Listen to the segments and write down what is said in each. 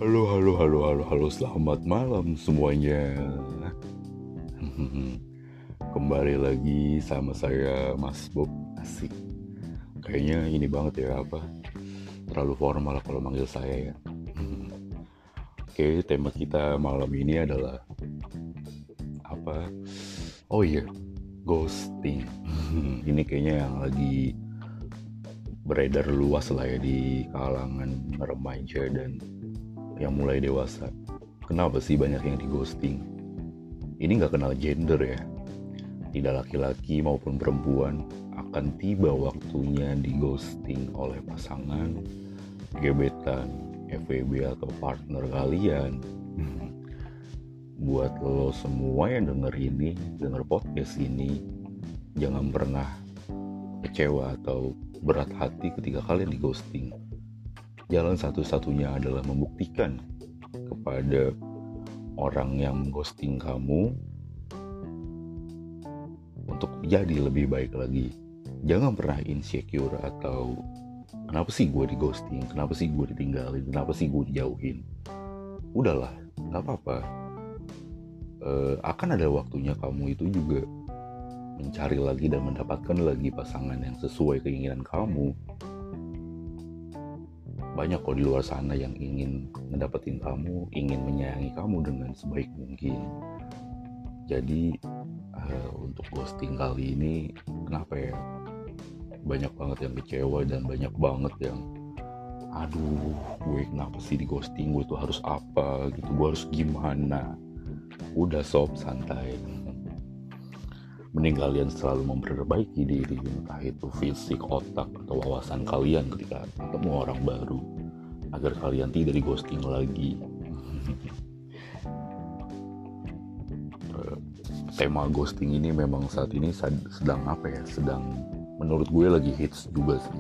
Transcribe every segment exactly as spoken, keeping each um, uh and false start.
Halo, halo, halo, halo, halo, selamat malam semuanya. Kembali lagi sama saya, Mas Bob. Asik. Kayaknya ini banget ya, apa? Terlalu formal kalau manggil saya ya. Oke, tema kita malam ini adalah apa? Oh iya, ghosting. Ini kayaknya yang lagi beredar luas lah ya di kalangan remaja dan yang mulai dewasa. Kenapa sih banyak yang di ghosting? Ini gak kenal gender ya. Tidak laki-laki maupun perempuan akan tiba waktunya di ghosting oleh pasangan, gebetan, F W B atau partner kalian. Buat lo semua yang denger ini, denger podcast ini, jangan pernah kecewa atau berat hati ketika kalian di ghosting. Jalan satu-satunya adalah membuktikan kepada orang yang ghosting kamu untuk jadi lebih baik lagi. Jangan pernah insecure atau kenapa sih gue di ghosting, kenapa sih gue ditinggalin, kenapa sih gue dijauhin. Udahlah, gak apa-apa. E, akan ada waktunya kamu itu juga mencari lagi dan mendapatkan lagi pasangan yang sesuai keinginan kamu. Banyak kok di luar sana yang ingin ngedapetin kamu, ingin menyayangi kamu dengan sebaik mungkin. Jadi uh, untuk ghosting kali ini, kenapa ya? Banyak banget yang kecewa dan banyak banget yang aduh, gue kenapa sih di ghosting, gue tuh harus apa gitu, gue harus gimana. Udah sob, santai. Mending kalian selalu memperbaiki diri, entah itu fisik, otak, atau wawasan kalian ketika ketemu orang baru, agar kalian tidak di ghosting lagi. Tema ghosting ini memang saat ini sedang apa ya, sedang menurut gue lagi hits juga sih.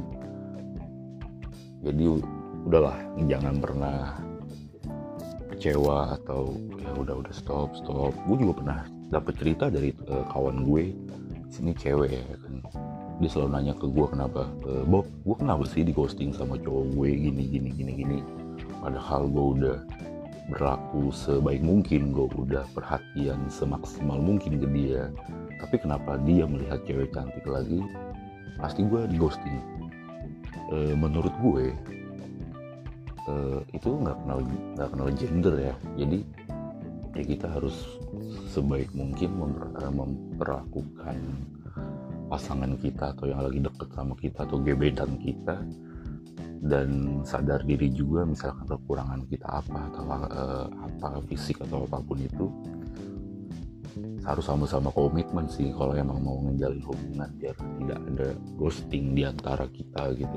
Jadi udahlah, jangan pernah kecewa atau ya udah udah stop stop. Gue juga pernah dapat cerita dari uh, kawan gue, sini cewek ya kan, dia selalu nanya ke gue kenapa, e, Bob, gue kenapa sih di ghosting sama cowok gue gini gini gini gini. Padahal gue udah berlaku sebaik mungkin, gue udah perhatian semaksimal mungkin ke dia, tapi kenapa dia melihat cewek cantik lagi, pasti gue di ghosting. E, menurut gue e, itu nggak kenal nggak kenal gender ya. Jadi ya kita harus sebaik mungkin memper, memperlakukan pasangan kita atau yang lagi deket sama kita atau gebetan kita, dan sadar diri juga misalkan kekurangan kita apa atau uh, apa fisik atau apapun itu, harus sama-sama komitmen sih kalau emang mau ngejalin hubungan biar tidak ada ghosting di antara kita gitu.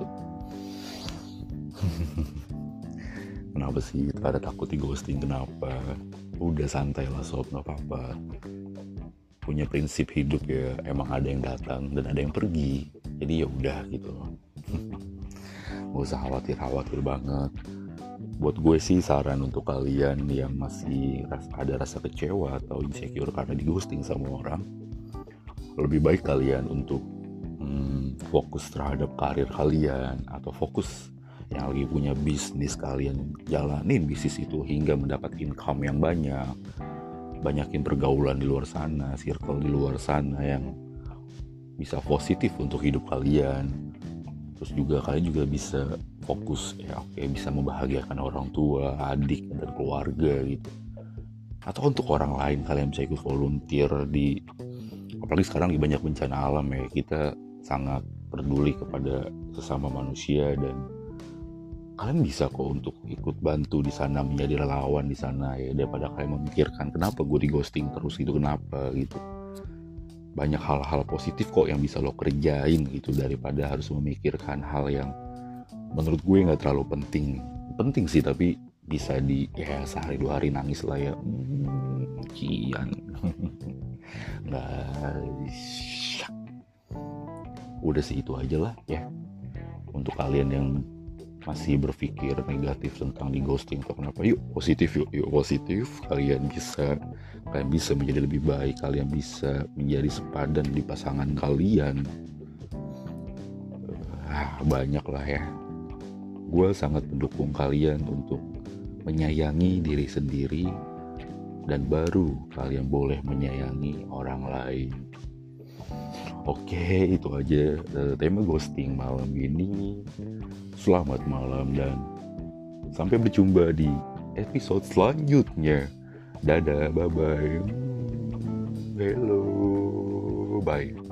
Kenapa sih pada takut di ghosting, kenapa? Udah santai lah sob, gak apa-apa. Punya prinsip hidup ya, emang ada yang datang dan ada yang pergi. Jadi ya udah gitu. Gak usah khawatir-khawatir banget. Buat gue sih saran untuk kalian yang masih ada rasa kecewa atau insecure karena di ghosting sama orang, lebih baik kalian untuk hmm, fokus terhadap karir kalian atau fokus yang lagi punya bisnis, kalian jalanin bisnis itu hingga mendapat income yang banyak. Banyakin pergaulan di luar sana, circle di luar sana yang bisa positif untuk hidup kalian. Terus juga kalian juga bisa fokus ya, oke, bisa membahagiakan orang tua, adik, dan keluarga gitu. Atau untuk orang lain kalian bisa ikut volunteer di, apalagi sekarang di banyak bencana alam ya, kita sangat peduli kepada sesama manusia dan kalian bisa kok untuk ikut bantu di sana, menjadi relawan di sana ya, daripada kalian memikirkan kenapa gue di ghosting terus gitu, kenapa gitu. Banyak hal-hal positif kok yang bisa lo kerjain gitu, daripada harus memikirkan hal yang menurut gue nggak terlalu penting. Penting sih tapi bisa di ya sehari dua hari nangis lah ya. Hmm, cian. Nggak. Udah sih itu aja lah ya. Untuk kalian yang masih berpikir negatif tentang di ghosting atau kenapa, yuk positif, yuk yuk positif. Kalian bisa kalian bisa menjadi lebih baik, kalian bisa menjadi sepadan di pasangan kalian. Ah, banyak lah ya. Gue sangat mendukung kalian untuk menyayangi diri sendiri, dan baru kalian boleh menyayangi orang lain. Oke, itu aja uh, tema ghosting malam ini. Selamat malam dan sampai berjumpa di episode selanjutnya. Dadah, bye-bye. Hello, bye.